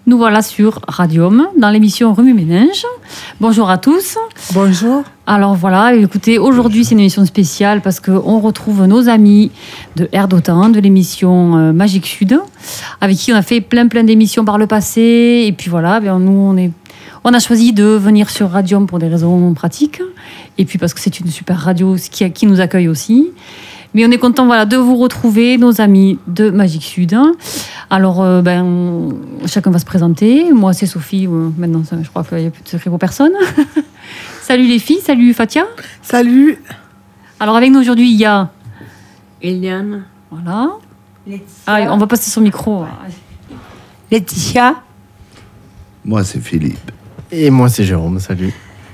Nous voilà sur Radium, dans l'émission Remue Ménage. Bonjour à tous. Bonjour. Alors voilà, écoutez, aujourd'hui c'est une émission spéciale parce qu'on retrouve nos amis de Air d'Otan, de l'émission Magique Sud, avec qui on a fait plein d'émissions par le passé. Et puis voilà, nous on a choisi de venir sur Radium pour des raisons pratiques. Et puis parce que c'est une super radio qui nous accueille aussi. Mais on est content de vous retrouver, nos amis de Magique Sud. Alors, chacun va se présenter. Moi, c'est Sophie. Maintenant, je crois qu'il n'y a plus de secret pour personne. Salut les filles, salut Fatia. Salut. Alors, avec nous aujourd'hui, il y a... Eliane. Voilà. Laetitia. On va passer son micro. Laetitia. Moi, c'est Philippe. Et moi, c'est Jérôme. Salut.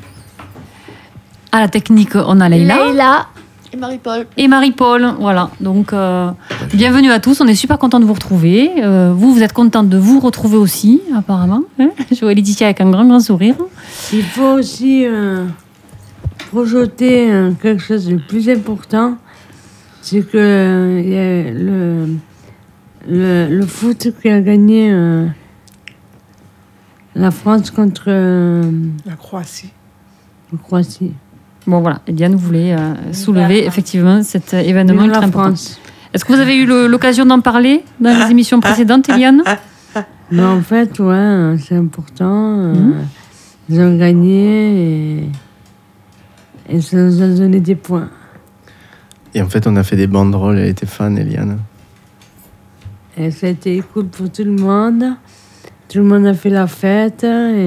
À la technique, on a Leïla. Et Marie-Paul, voilà. Donc, bienvenue à tous. On est super contents de vous retrouver. Vous êtes contents de vous retrouver aussi, apparemment. Je vois Laetitia avec un grand sourire. Il faut aussi projeter quelque chose de plus important. C'est que y a le foot qui a gagné la France contre La Croatie. la Croatie. Bon, voilà. Eliane voulait soulever effectivement cet événement Vive très la important. France. Est-ce que vous avez eu l'occasion d'en parler dans les émissions précédentes, Eliane? Mais en fait, ouais, c'est important. Ils ont gagné et ça nous a donné des points. Et en fait, on a fait des banderoles. Elle était fan, Eliane. Et ça a été cool pour tout le monde. Tout le monde a fait la fête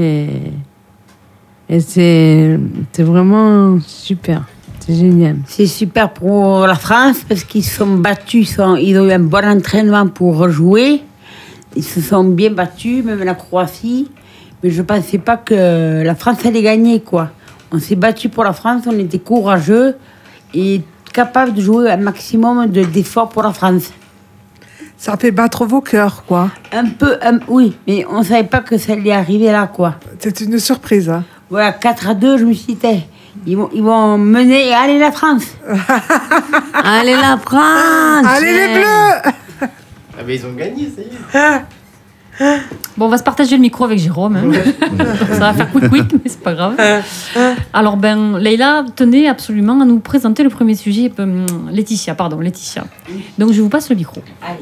et c'est vraiment super. C'est génial. C'est super pour la France parce qu'ils se sont battus, ils ont eu un bon entraînement pour jouer. Ils se sont bien battus, même la Croatie. Mais je ne pensais pas que la France allait gagner, quoi. On s'est battus pour la France, on était courageux et capables de jouer un maximum d'efforts pour la France. Ça fait battre vos cœurs, quoi. Oui, mais on ne savait pas que ça allait arriver là, quoi. C'est une surprise, hein. Voilà, 4-2, je me suis dit, ils vont mener, allez la France. Allez la France. Allez les Bleus. Ah, mais ils ont gagné, ça y est. Bon, on va se partager le micro avec Jérôme. Ça va faire quick, mais c'est pas grave. Alors, Leïla tenait absolument à nous présenter le premier sujet. Laetitia. Donc, je vous passe le micro. Allez.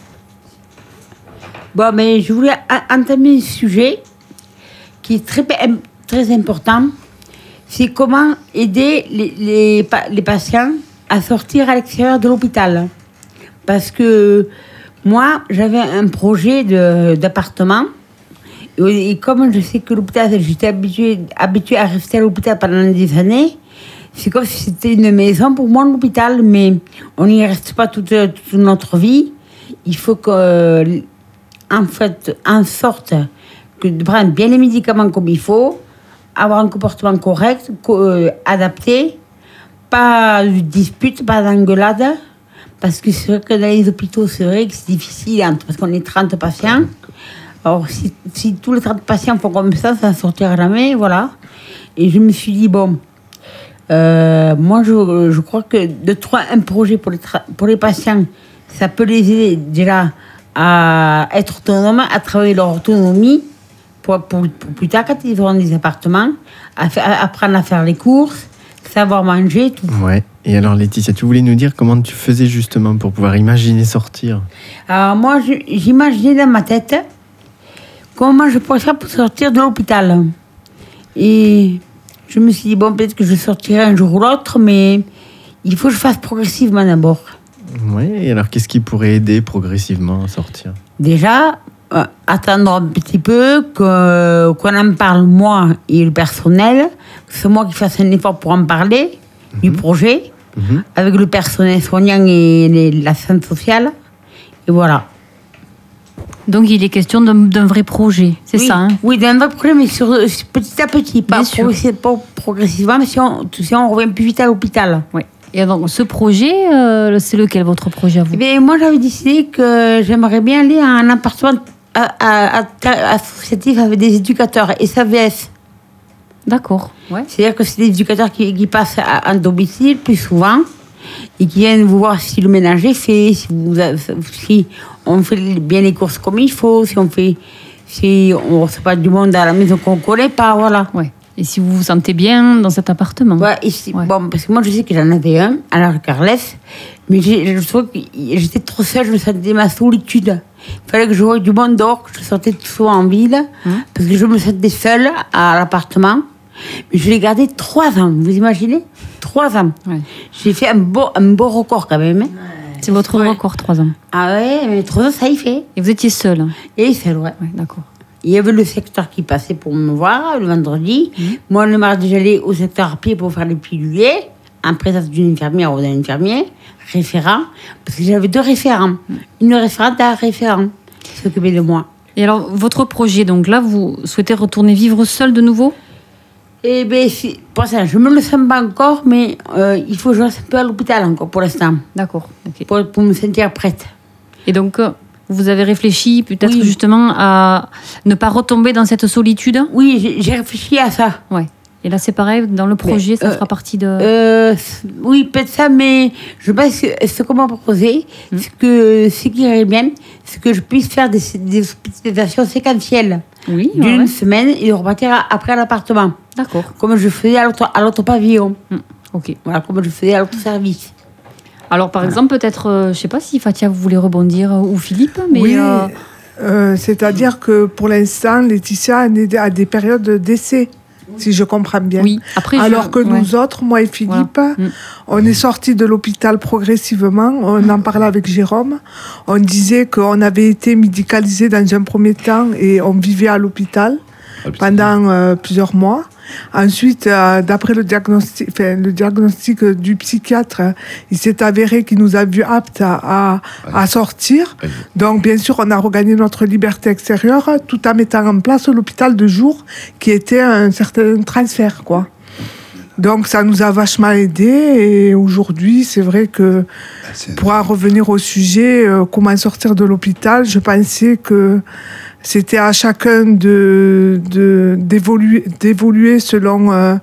Bon, mais je voulais entamer un sujet qui est très important. C'est comment aider les patients à sortir à l'extérieur de l'hôpital. Parce que moi, j'avais un projet d'appartement. Et comme je sais que l'hôpital, j'étais habituée à rester à l'hôpital pendant des années, c'est comme si c'était une maison pour moi, l'hôpital, mais on n'y reste pas toute notre vie. Il faut en sorte de prendre bien les médicaments comme il faut, avoir un comportement correct, adapté, pas de dispute, pas d'engueulade. Parce que c'est vrai que dans les hôpitaux, c'est vrai que c'est difficile, parce qu'on est 30 patients. Alors, si tous les 30 patients font comme ça ne sortira jamais, voilà. Et je me suis dit, moi, je crois que de trouver un projet pour les patients, ça peut les aider déjà à être autonomes, à travailler leur autonomie, pour plus tard, quand ils auront des appartements, apprendre à faire les courses, savoir manger, tout. Ouais. Et alors, Laetitia, tu voulais nous dire comment tu faisais justement pour pouvoir imaginer sortir? Alors, moi, j'imaginais dans ma tête comment je pourrais faire pour sortir de l'hôpital. Et je me suis dit, peut-être que je sortirai un jour ou l'autre, mais il faut que je fasse progressivement d'abord. Ouais. Et alors, qu'est-ce qui pourrait aider progressivement à sortir? Déjà, attendre un petit peu qu'on en parle, moi et le personnel, que c'est moi qui fasse un effort pour en parler du projet, avec le personnel soignant et la santé sociale. Et voilà. Donc, il est question d'un vrai projet, c'est ça, hein? Oui, d'un vrai projet, mais petit à petit, pas progressivement, mais si on revient plus vite à l'hôpital. Oui. Et donc, ce projet, c'est lequel, votre projet à vous? Eh bien, moi, j'avais décidé que j'aimerais bien aller à un appartement associatif avec des éducateurs, SAVS. D'accord. Ouais. C'est-à-dire que c'est des éducateurs qui passent en domicile plus souvent et qui viennent vous voir si le ménage est fait, si on fait bien les courses comme il faut, si on ne reçoit pas du monde à la maison qu'on ne connaît pas, voilà. Ouais. Et si vous vous sentez bien dans cet appartement. Ouais, Ouais. Bon, parce que moi, je sais que j'en avais un, à la rue Carles, mais je trouvais que j'étais trop seule, je me sentais ma solitude. Il fallait que je voie du monde dehors, que je sortais tout souvent en ville, parce que je me sentais seule à l'appartement. Mais je l'ai gardé 3 ans, vous imaginez 3 ans. Ouais. J'ai fait un beau record quand même. Hein. C'est votre record, 3 ans. Ah ouais, mais 3 ans, ça y fait. Et vous étiez seule. Et seule, ouais. Ouais, d'accord. Il y avait le secteur qui passait pour me voir le vendredi. Moi, le mardi, j'allais au secteur à pied pour faire les piluliers, en présence d'une infirmière ou d'un infirmier, référent, parce que j'avais 2 référents. Une référente et un référent qui s'occupaient de moi. Et alors, votre projet, donc là, vous souhaitez retourner vivre seule de nouveau? Eh bien, pour ça, je ne me le sens pas encore, mais il faut que je reste un peu à l'hôpital encore pour l'instant, D'accord. Ok. pour me sentir prête. Et donc, vous avez réfléchi peut-être Oui. justement à ne pas retomber dans cette solitude? Oui, j'ai réfléchi à ça. Ouais. Et là, c'est pareil, dans le projet, ça fera partie de... Oui, peut-être ça, mais je pense que ce qu'on m'a proposé, ce qui irait bien, c'est que je puisse faire des hospitalisations séquentielles Oui, d'une semaine et de repartir après à l'appartement, D'accord. comme je faisais à l'autre pavillon. Ok. Voilà, comme je faisais à l'autre service. Alors, par exemple, peut-être, je ne sais pas si Fatia, vous voulez rebondir, ou Philippe, mais... Oui, c'est-à-dire que pour l'instant, Laetitia a des périodes d'essai, si je comprends bien. Oui. Après, Alors que nous autres, moi et Philippe, on est sortis de l'hôpital progressivement. On en parlait avec Jérôme. On disait qu'on avait été médicalisés dans un premier temps et on vivait à l'hôpital pendant plusieurs mois. Ensuite, d'après le diagnostic du psychiatre, il s'est avéré qu'il nous a vus aptes à sortir. Donc, bien sûr, on a regagné notre liberté extérieure tout en mettant en place l'hôpital de jour qui était un certain transfert, quoi. Donc, ça nous a vachement aidés. Et aujourd'hui, c'est vrai que, pour en revenir au sujet, comment sortir de l'hôpital, je pensais que c'était à chacun d'évoluer selon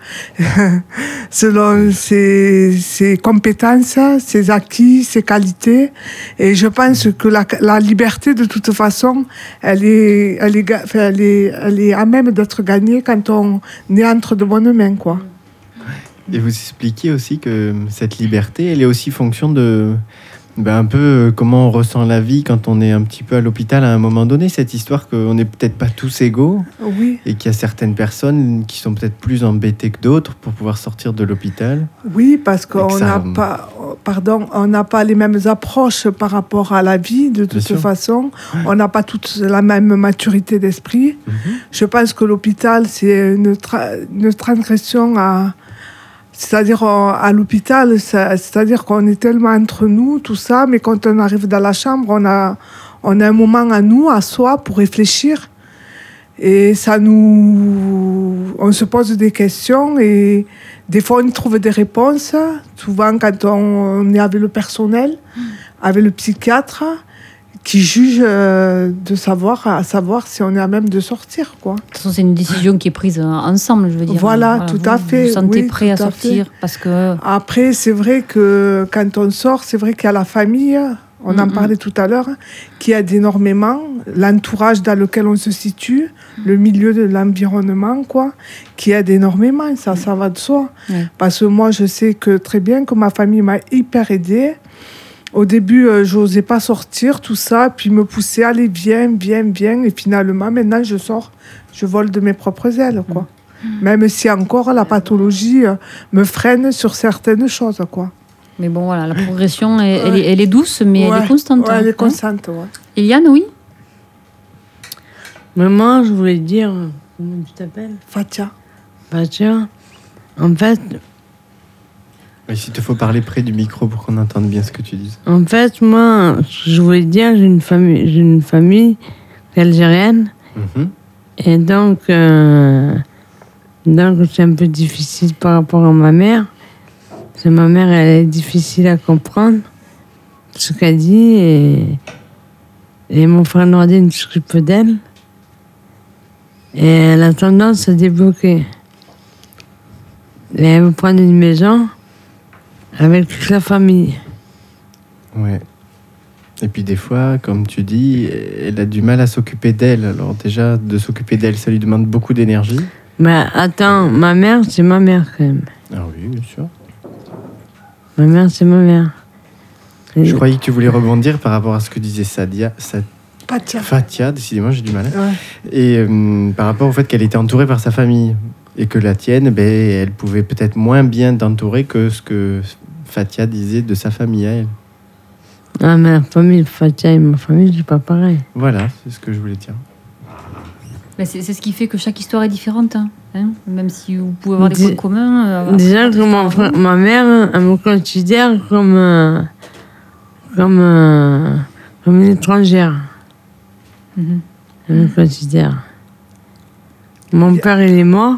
ses compétences, ses acquis, ses qualités. Et je pense que la liberté, de toute façon, elle est à même d'être gagnée quand on est entre de bonnes mains, quoi. Et vous expliquez aussi que cette liberté, elle est aussi fonction de un peu comment on ressent la vie quand on est un petit peu à l'hôpital à un moment donné. Cette histoire qu'on n'est peut-être pas tous égaux et qu'il y a certaines personnes qui sont peut-être plus embêtées que d'autres pour pouvoir sortir de l'hôpital. Oui, parce qu'on n'a pas les mêmes approches par rapport à la vie, de toute façon. Ouais. On n'a pas toute la même maturité d'esprit. Je pense que l'hôpital, c'est une transgression c'est-à-dire à l'hôpital, c'est-à-dire qu'on est tellement entre nous, tout ça, mais quand on arrive dans la chambre, on a un moment à nous, à soi, pour réfléchir. Et on se pose des questions et des fois on y trouve des réponses. Souvent quand on est avec le personnel, avec le psychiatre, qui juge à savoir si on est à même de sortir, quoi. De toute façon, c'est une décision qui est prise ensemble, je veux dire. Voilà, tout à fait. Vous vous sentez prêt à sortir parce que... Après, c'est vrai que quand on sort, c'est vrai qu'il y a la famille, on en parlait tout à l'heure, qui aide énormément, l'entourage dans lequel on se situe, le milieu de l'environnement, quoi, qui aide énormément, ça va de soi. Parce que moi, je sais que très bien que ma famille m'a hyper aidée. Au début, je n'osais pas sortir, tout ça, puis me pousser, allez, viens. Et finalement, maintenant, je sors, je vole de mes propres ailes, quoi. Même si encore la pathologie me freine sur certaines choses, quoi. Mais bon, voilà, la progression, elle est douce, mais elle est constante. Ouais, elle est constante, ouais. Eliane, oui? Maman, je voulais dire... Comment tu t'appelles? Fatia. En fait... S'il te faut parler près du micro pour qu'on entende bien ce que tu dis. En fait, moi, je voulais dire, j'ai une famille algérienne. Et donc c'est un peu difficile par rapport à ma mère. Parce que ma mère, elle est difficile à comprendre ce qu'elle dit. Et mon frère Nordine s'occupe d'elle. Et elle a tendance à débloquer. Et elle veut prendre une maison avec toute la famille. Ouais. Et puis des fois, comme tu dis, elle a du mal à s'occuper d'elle. Alors déjà, de s'occuper d'elle, ça lui demande beaucoup d'énergie. Mais attends, ma mère, c'est ma mère quand même. Ah oui, bien sûr. Ma mère, c'est ma mère. Je croyais que tu voulais rebondir par rapport à ce que disait Fatia. Fatia, décidément, j'ai du mal. Ouais. Et par rapport au fait qu'elle était entourée par sa famille. Et que la tienne, elle pouvait peut-être moins bien t'entourer que ce que Fatia disait de sa famille à elle. Ah, mais la famille, Fatia et ma famille, c'est pas pareil. Voilà, c'est ce que je voulais dire. Mais c'est ce qui fait que chaque histoire est différente. Hein. Même si vous pouvez avoir des points communs. Déjà que ma mère, elle me considère comme une étrangère. Mhm. Elle me considère. Mon père, il est mort.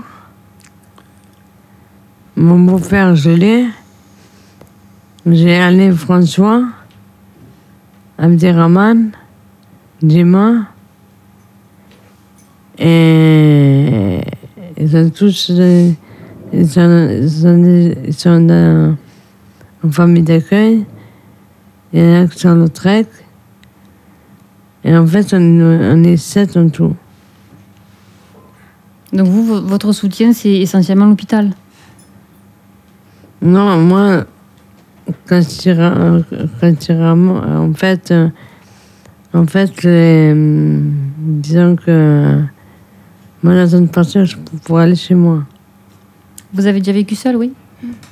Mon beau-père, je l'ai. J'ai Alain François, Abderrahman, Dima. Et ils sont tous ils sont en famille d'accueil. Il y en a qui sont en retraite. Et en fait, on est 7 en tout. Donc vous, votre soutien, c'est essentiellement l'hôpital. Non, moi, quand en fait, disons que moi, dans une partie, je pourrais aller chez moi. Vous avez déjà vécu seul, oui?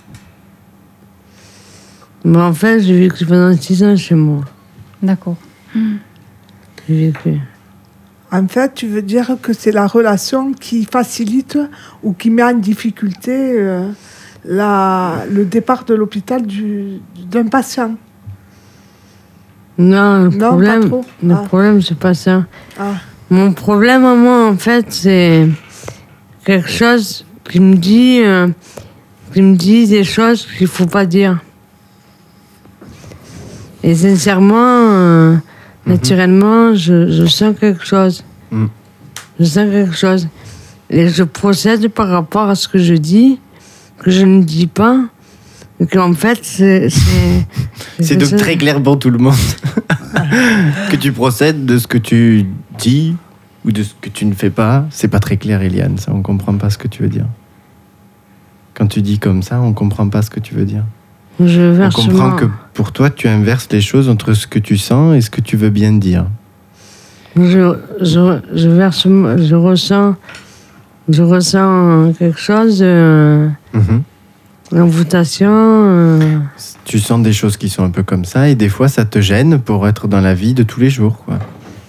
Mais en fait, j'ai vécu pendant 6 ans chez moi. D'accord. J'ai vécu. En fait, tu veux dire que c'est la relation qui facilite ou qui met en difficulté le départ de l'hôpital d'un patient. Non, Non, pas trop. Le problème, c'est pas ça. Ah. Mon problème à moi, en fait, c'est quelque chose qui me dit des choses qu'il faut pas dire. Et sincèrement, naturellement, je sens quelque chose. Je sens quelque chose. Et je procède par rapport à ce que je dis, que je ne dis pas. Et qu'en fait, c'est donc très clair pour tout le monde. Que tu procèdes de ce que tu dis ou de ce que tu ne fais pas, c'est pas très clair, Eliane. Ça, on comprend pas ce que tu veux dire. Quand tu dis comme ça, on comprend pas ce que tu veux dire. On comprend que pour toi, tu inverses les choses entre ce que tu sens et ce que tu veux bien dire. Je ressens quelque chose, l'envoûtation. Tu sens des choses qui sont un peu comme ça et des fois, ça te gêne pour être dans la vie de tous les jours, quoi.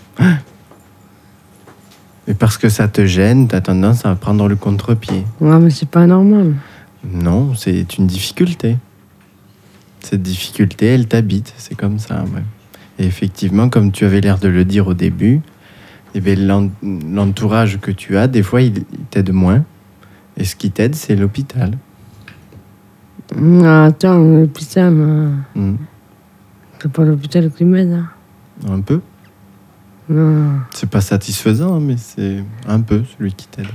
Et parce que ça te gêne, tu as tendance à prendre le contre-pied. Ouais, mais c'est pas normal. Non, c'est une difficulté. Cette difficulté, elle t'habite, c'est comme ça. Ouais. Et effectivement, comme tu avais l'air de le dire au début, eh bien, l'entourage que tu as, des fois, il t'aide moins. Et ce qui t'aide, c'est l'hôpital. Attends, l'hôpital, c'est pas l'hôpital qui m'aide. Hein. Un peu. Non. C'est pas satisfaisant, mais c'est un peu celui qui t'aide.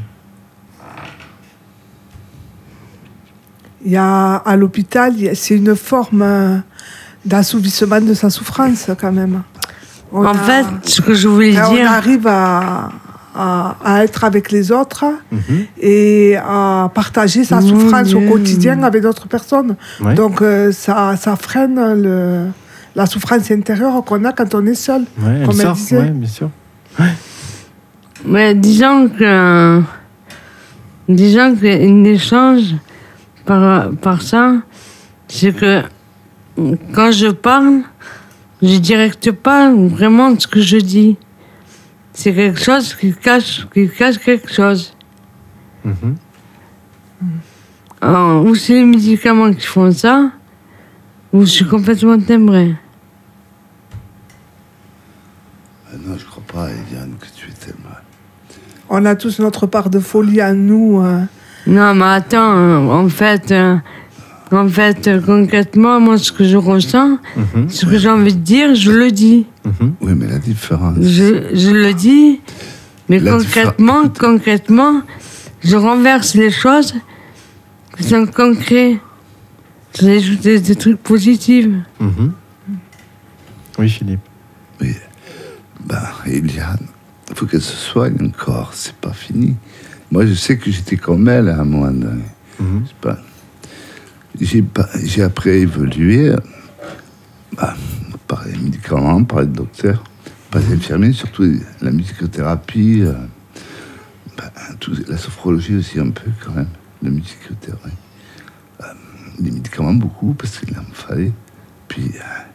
Il y a à l'hôpital, c'est une forme d'assouvissement de sa souffrance quand même. En fait, ce que je voulais dire... On arrive à être avec les autres et à partager sa souffrance au quotidien avec d'autres personnes. Ouais. Donc ça freine la souffrance intérieure qu'on a quand on est seul. Ouais, comme elle disait. Ouais, bien sûr. Ouais. Mais disons qu'un échange par ça, c'est que quand je parle, je directe pas vraiment ce que je dis. C'est quelque chose qui cache quelque chose. Alors, ou c'est les médicaments qui font ça, ou je suis complètement timbrée. Non, je crois pas, Eliane, que tu es timbrée. On a tous notre part de folie à nous. Non, mais attends, en fait, concrètement, moi, ce que je ressens, ce que j'ai envie de dire, je le dis. Oui, mais la différence... Je le dis, mais concrètement, je renverse les choses qui sont concrètes. J'ajoute des trucs positifs. Oui, Philippe. Mais, Eliane, il faut qu'elle se soigne encore, c'est pas fini. Moi, je sais que j'étais comme elle à un moment donné. J'ai après évolué par les médicaments, par les docteurs, par les infirmiers, surtout la musicothérapie, la sophrologie aussi un peu quand même, la musicothérapie. Les médicaments beaucoup, parce qu'il en fallait. Puis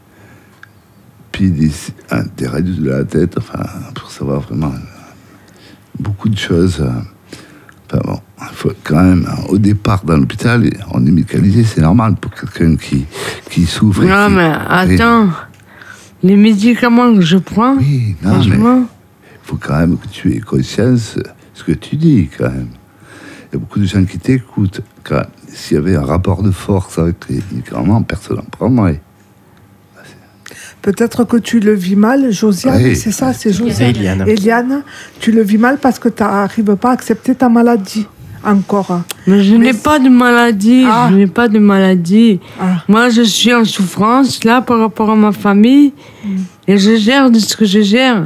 des radios de la tête, pour savoir vraiment beaucoup de choses. Il faut quand même, au départ, dans l'hôpital, on est médicalisé, c'est normal pour quelqu'un qui souffre. Non, mais attends, les médicaments que je prends, franchement... Il faut quand même que tu aies conscience de ce que tu dis, quand même. Il y a beaucoup de gens qui t'écoutent. S'il y avait un rapport de force avec les médicaments, personne n'en prendrait. Peut-être que tu le vis mal, Josiane, c'est ça, c'est Josiane. Eliane, tu le vis mal parce que tu n'arrives pas à accepter ta maladie encore. Mais je n'ai pas de maladie, je n'ai pas de maladie. Moi, je suis en souffrance, là, par rapport à ma famille, et je gère de ce que je gère.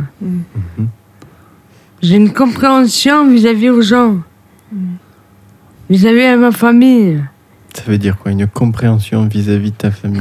J'ai une compréhension vis-à-vis aux gens, vis-à-vis de ma famille. Ça veut dire quoi, une compréhension vis-à-vis de ta famille?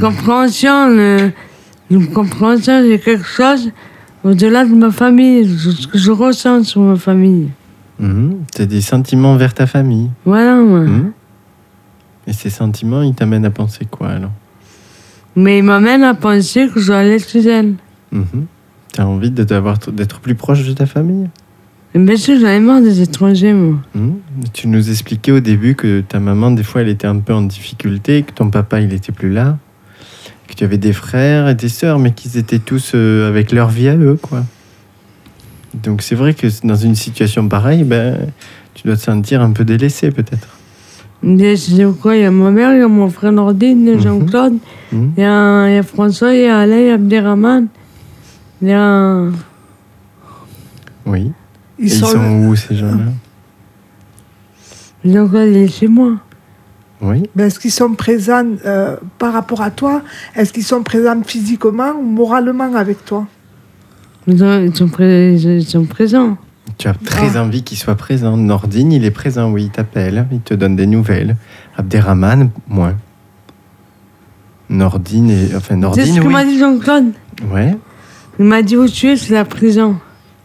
Une compréhension, c'est quelque chose au-delà de ma famille, ce que je ressens sur ma famille. C'est des sentiments vers ta famille. Voilà, moi. Et ces sentiments, ils t'amènent à penser quoi, alors? Mais ils m'amènent à penser que je dois aller chez elle. T'as envie d'être plus proche de ta famille? Et bien sûr, j'en ai marre des étrangers, moi. Tu nous expliquais au début que ta maman, des fois, elle était un peu en difficulté, que ton papa, il était plus là. Que tu avais des frères et des sœurs, mais qu'ils étaient tous avec leur vie à eux, quoi. Donc c'est vrai que dans une situation pareille, tu dois te sentir un peu délaissé, peut-être. Délaissé quoi? Il y a ma mère, il y a mon frère Nordine, il y a Jean-Claude, il y a François, il y a Alain, il y a Abderrahmane, il y a... Oui. Ils sont où, ces gens-là? Jean-Claude, il est chez moi. Oui. Mais est-ce qu'ils sont présents par rapport à toi? Est-ce qu'ils sont présents physiquement ou moralement avec toi? Ils sont présents. Tu as très envie qu'ils soient présents. Nordine, il est présent, oui, il t'appelle, il te donne des nouvelles. Abderrahmane, moins. Nordine, c'est ce que m'a dit Jean-Claude. Ouais. Il m'a dit où tu es, c'est la prison.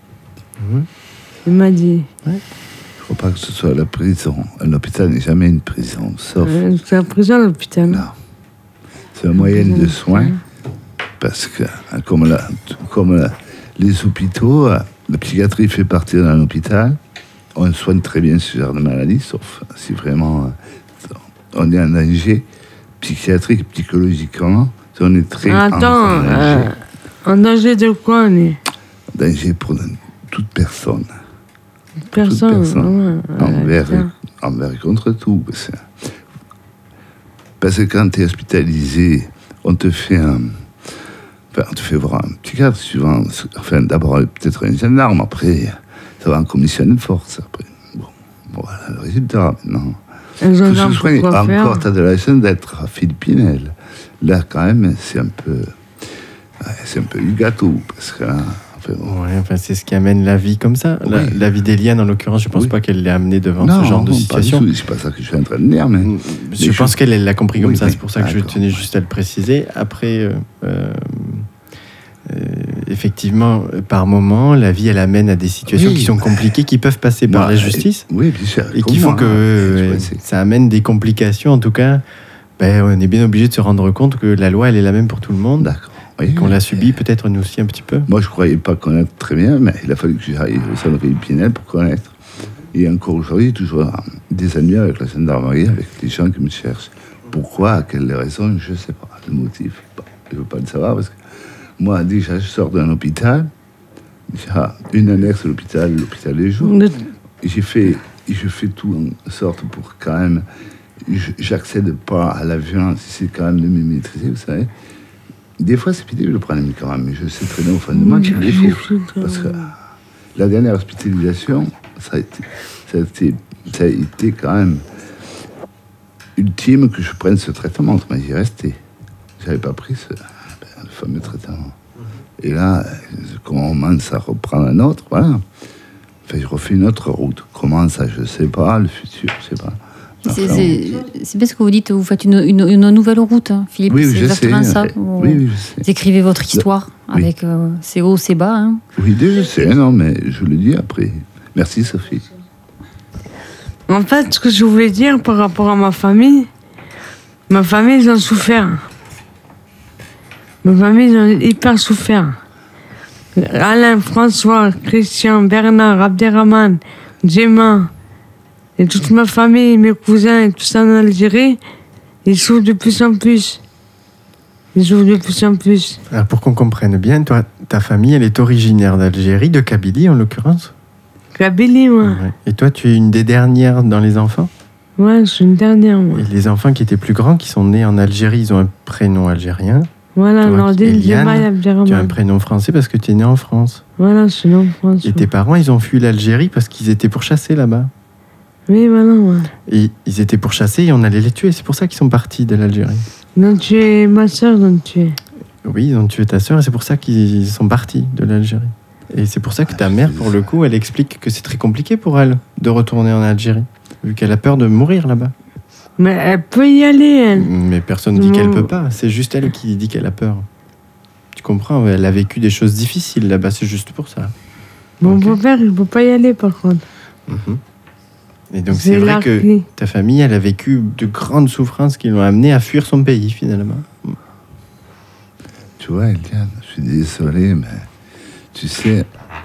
Il m'a dit. Ouais. Il ne faut pas que ce soit la prison. Un hôpital n'est jamais une prison, sauf... c'est la prison, l'hôpital. Non. C'est un moyen de soins, parce que, comme les hôpitaux, la psychiatrie fait partie d'un hôpital. On soigne très bien ce genre de maladie, sauf si vraiment on est en danger psychiatrique, psychologiquement. On est très en danger. En danger de quoi on est? En danger pour toute personne. Personne. Envers et contre tout. Parce que quand tu es hospitalisé, on te fait voir un psychiatre, suivant. D'abord, peut-être un gendarme, après, ça va en commission de force. Après, voilà le résultat. Non. Encore, tu as de la chance d'être à Philippinel. Là, quand même, c'est un peu du gâteau. Parce que. C'est ce qui amène la vie comme ça. Oui. La vie d'Eliane, en l'occurrence, je ne pense pas qu'elle l'ait amenée devant ce genre de situation. C'est pas ça que je suis en train de dire, mais je pense qu'elle l'a compris comme ça. C'est pour ça que je tenais juste à le préciser. Après, effectivement, par moment, la vie, elle amène à des situations qui sont compliquées, qui peuvent passer par la justice, et qui font que ça amène des complications. En tout cas, on est bien obligé de se rendre compte que la loi, elle est la même pour tout le monde. D'accord. Oui, qu'on l'a subi peut-être nous aussi un petit peu. Moi, je ne croyais pas connaître très bien, mais il a fallu que j'arrive au centre Philippinel pour connaître. Et encore aujourd'hui, toujours des ennuis avec la gendarmerie, avec les gens qui me cherchent. Pourquoi, à quelle raison, je ne sais pas. Le motif, je ne veux pas le savoir, parce que moi, déjà, je sors d'un hôpital, déjà, une annexe à l'hôpital des jours. Je fais tout en sorte pour quand même... J'accède pas à la violence, c'est quand même de me maîtriser, vous savez. Des fois, c'est pénible de prendre les médicaments, mais je sais très bien au fond de moi qu'il les faut. Parce que la dernière hospitalisation, ça a été quand même ultime que je prenne ce traitement. Mais j'y restais. Je n'avais pas pris le fameux traitement. Et là, je commence à reprendre un autre, voilà. Enfin, je refais une autre route. Comment ça, je ne sais pas. Le futur, je ne sais pas. C'est bien ce que vous dites, vous faites une nouvelle route, hein, Philippe. Oui, c'est exactement ça. Oui, je sais. Vous écrivez votre histoire avec ses hauts, ses bas. Hein. Oui, je sais, non, mais je le dis après. Merci, Sophie. En fait, ce que je voulais dire par rapport à ma famille, ils ont souffert. Ma famille, ils ont hyper souffert. Alain, François, Christian, Bernard, Abderrahman, Gemma, et toute ma famille, mes cousins et tout ça en Algérie, ils souffrent de plus en plus. Alors pour qu'on comprenne bien, toi, ta famille, elle est originaire d'Algérie, de Kabylie en l'occurrence. Kabylie, moi. Ouais. Et toi, tu es une des dernières dans les enfants? Ouais, je suis une dernière, moi. Et les enfants qui étaient plus grands, qui sont nés en Algérie, ils ont un prénom algérien. Voilà, Toi, Nordine, Gemma et Abderrahman. Tu as un prénom français parce que tu es né en France. Voilà, je suis né en France. Et tes parents, ils ont fui l'Algérie parce qu'ils étaient pourchassés là-bas. Oui, voilà, ouais. Et ils étaient pourchassés et on allait les tuer. C'est pour ça qu'ils sont partis de l'Algérie. Ils ont tué ma soeur, ils ont tué. Oui, ils ont tué ta sœur et c'est pour ça qu'ils sont partis de l'Algérie. Et c'est pour ça que ta mère, pour le coup, elle explique que c'est très compliqué pour elle de retourner en Algérie, vu qu'elle a peur de mourir là-bas. Mais elle peut y aller, elle. Mais personne ne dit qu'elle peut pas. C'est juste elle qui dit qu'elle a peur. Tu comprends? Elle a vécu des choses difficiles là-bas, c'est juste pour ça. Mon beau-père, il ne peut pas y aller, par contre. Et donc c'est vrai que ta famille, elle a vécu de grandes souffrances qui l'ont amené à fuir son pays, finalement. Tu vois, Eliane, je suis désolé, mais tu sais,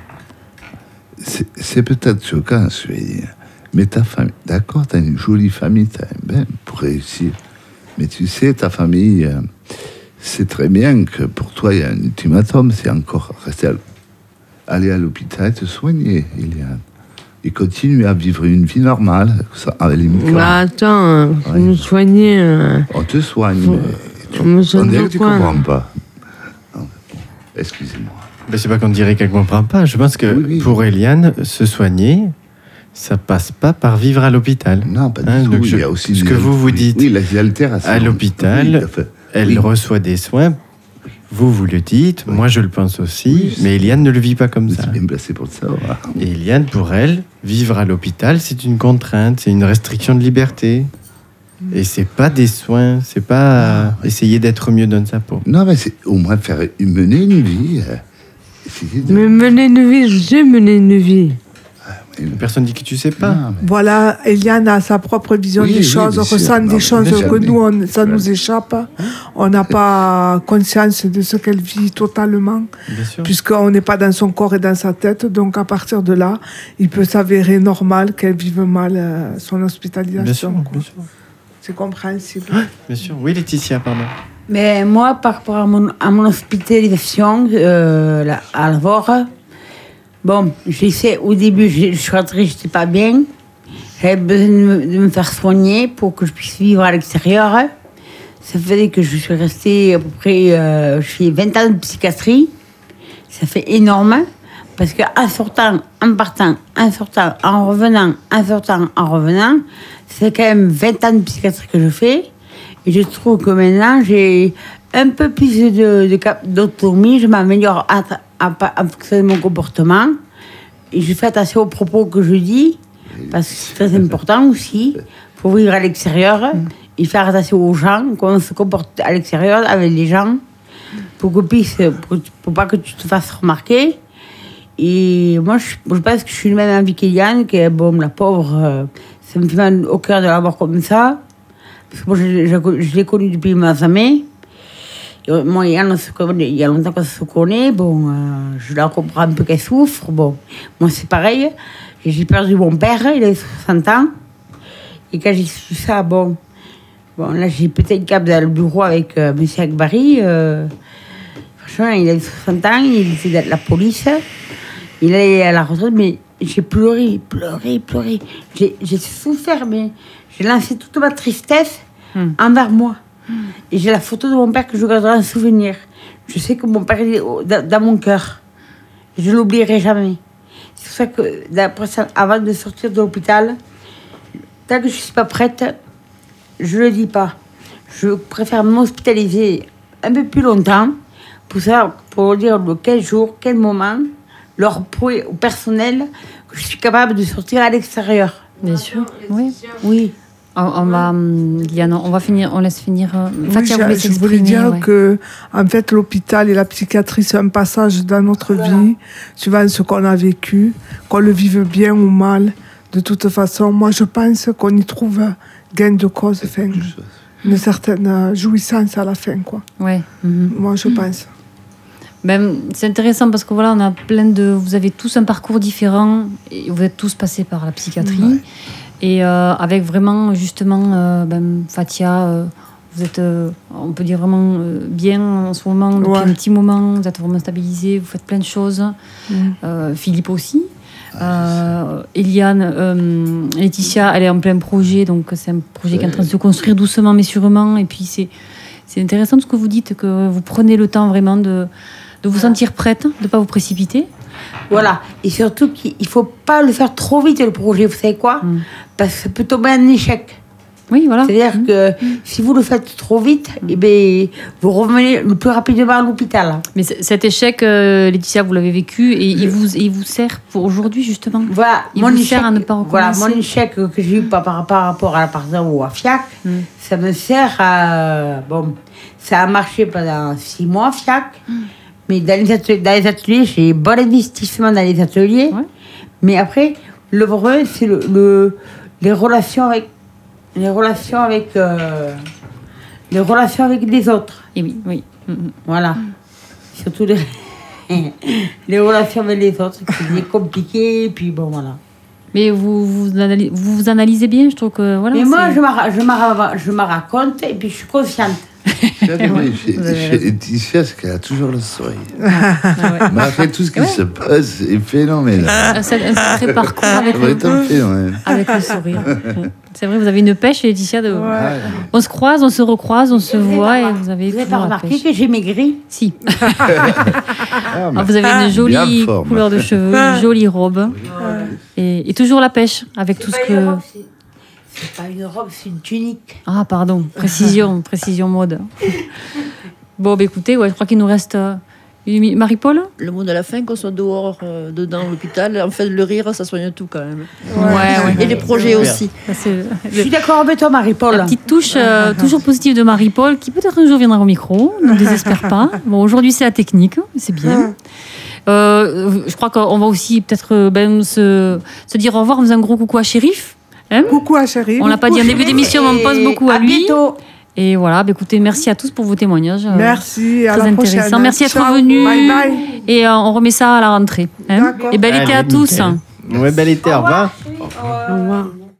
c'est peut-être choquant, je vais dire, mais ta famille, d'accord, tu as une jolie famille, pour réussir, mais tu sais, ta famille, c'est très bien que pour toi, il y a un ultimatum, c'est encore aller à l'hôpital et te soigner, Eliane. Et continuer à vivre une vie normale, avec les migrants. Bah attends, faut nous soigner. On te soigne, mais on dirait que tu ne comprends pas. Non, excusez-moi. Ben, c'est pas qu'on dirait qu'elle ne comprend pas. Je pense que pour Eliane, se soigner, ça passe pas par vivre à l'hôpital. Non, pas du tout. Il y a aussi ce que vous dites. Oui, les altérations. À l'hôpital, elle reçoit des soins. Vous le dites, moi je le pense aussi, mais Eliane ne le vit pas comme ça. C'est bien placé pour le savoir. Et Eliane, pour elle, vivre à l'hôpital, c'est une contrainte, c'est une restriction de liberté. Et c'est pas des soins, c'est pas essayer d'être mieux dans sa peau. Non, mais c'est au moins mener une vie. Mais mener une vie, je sais mener une vie. Personne dit que tu sais pas. Non, mais... Voilà, Eliane a sa propre vision des choses, ressent des choses que nous, ça nous échappe. On n'a pas conscience de ce qu'elle vit totalement, puisqu'on n'est pas dans son corps et dans sa tête. Donc à partir de là, il peut s'avérer normal qu'elle vive mal son hospitalisation. Bien sûr. C'est compréhensible. Bien sûr. Oui, Laetitia, pardon. Mais moi, par rapport à mon hospitalisation à Alvore, bon, je sais, au début, je suis rentrée, je n'étais pas bien. J'avais besoin de me faire soigner pour que je puisse vivre à l'extérieur. Ça faisait que je suis restée à peu près, je fais 20 ans de psychiatrie. Ça fait énorme. Parce qu'en sortant, en partant, en sortant, en revenant, c'est quand même 20 ans de psychiatrie que je fais. Et je trouve que maintenant, j'ai un peu plus d'autonomie. Je m'améliore en fonction de mon comportement. Et je fais attention aux propos que je dis, parce que c'est très important aussi. Pour vivre à l'extérieur et faire attention aux gens, comment on se comporte à l'extérieur avec les gens, pour pas que tu te fasses remarquer. Et moi, je pense que je suis le même envie qu'Eliane, que bon, la pauvre, ça me fait mal au cœur de la voir comme ça. Parce que moi, je l'ai connue depuis ma famille. Moi, il y a longtemps qu'on se connaît. Bon, je la comprends un peu qu'elle souffre. Bon, moi, c'est pareil. J'ai perdu mon père, il avait 60 ans. Et quand j'ai su ça, bon là, j'ai pété le câble dans le bureau avec M. Akbari. Franchement, il avait 60 ans, il était de la police. Il allait à la retraite, mais j'ai pleuré. J'ai souffert, mais j'ai lancé toute ma tristesse envers moi. Et j'ai la photo de mon père que je garderai en souvenir. Je sais que mon père est dans mon cœur. Je ne l'oublierai jamais. C'est pour ça que, avant de sortir de l'hôpital, tant que je ne suis pas prête, je ne le dis pas. Je préfère m'hospitaliser un peu plus longtemps pour savoir, pour dire de quel jour, quel moment, leur prouver au personnel que je suis capable de sortir à l'extérieur. Bien sûr, oui. Oui. On va, Liane, on laisse finir. Fatia, Oui, je voulais dire que, en fait, l'hôpital et la psychiatrie, c'est un passage dans notre vie, suivant ce qu'on a vécu, qu'on le vive bien ou mal. De toute façon, moi, je pense qu'on y trouve gain de cause, une certaine jouissance à la fin, quoi. Ouais. Moi, je pense. Ben, c'est intéressant parce que voilà, on a vous avez tous un parcours différent et vous êtes tous passés par la psychiatrie. Ouais. Et avec vraiment, justement, Fatia, vous êtes, on peut dire vraiment bien en ce moment, depuis un petit moment, vous êtes vraiment stabilisée, vous faites plein de choses. Philippe aussi. Eliane, Laetitia, elle est en plein projet, donc c'est un projet qui est en train de se construire doucement mais sûrement. Et puis c'est intéressant ce que vous dites, que vous prenez le temps vraiment de vous sentir prête, de ne pas vous précipiter. Voilà, et surtout qu'il ne faut pas le faire trop vite le projet, vous savez quoi ? Parce que ça peut tomber en échec. Oui, voilà. C'est-à-dire que si vous le faites trop vite, eh bien, vous revenez le plus rapidement à l'hôpital. Mais cet échec, Laetitia, vous l'avez vécu et il vous sert pour aujourd'hui, justement. Voilà, mon échec, sert à ne pas recommencer. Voilà, mon échec que j'ai eu par rapport à la personne ou à FIAC, ça me sert à... Bon, ça a marché pendant 6 mois, FIAC. Mais dans les ateliers, j'ai bon investissement dans les ateliers. Ouais. Mais après, le vrai, c'est les relations avec les relations avec les autres. Et oui. Voilà. Surtout les relations avec les autres, c'est compliqué. Puis bon, voilà. Mais vous analysez bien, je trouve que voilà. Mais moi, je me raconte et puis je suis consciente. Chez Laetitia, c'est qu'elle a toujours le sourire. Mais après, tout ce qui se passe est phénoménal. C'est un sacré parcours avec le sourire. C'est vrai, vous avez une pêche, Laetitia. On se croise, on se recroise, on se voit et vous avez pas remarqué que j'ai maigri ? Si. Vous avez une jolie couleur de cheveux, une jolie robe. Et toujours la pêche avec tout ce que... C'est pas une robe, c'est une tunique. Ah, pardon. Précision mode. Bon, écoutez, je crois qu'il nous reste... Marie-Paul ? Le mot de la fin, qu'on soit dehors, dedans, l'hôpital. En fait, le rire, ça soigne tout, quand même. Ouais. Et les projets aussi. Je suis d'accord avec toi, Marie-Paul. La petite touche toujours positive de Marie-Paul, qui peut-être un jour viendra au micro. Ne désespère pas. Bon, aujourd'hui, c'est la technique. C'est bien. Je crois qu'on va aussi peut-être se dire au revoir en faisant un gros coucou à Chérif. Coucou à Chérif. On l'a pas dit en début d'émission, mais on pense beaucoup à lui. Bientôt. Et voilà, écoutez, merci à tous pour vos témoignages. Merci, à très la intéressant. prochaine. Merci d'être venus. Bye bye. Et on remet ça à la rentrée. Et bel été à tous. Ouais, bel été, au revoir. Au revoir.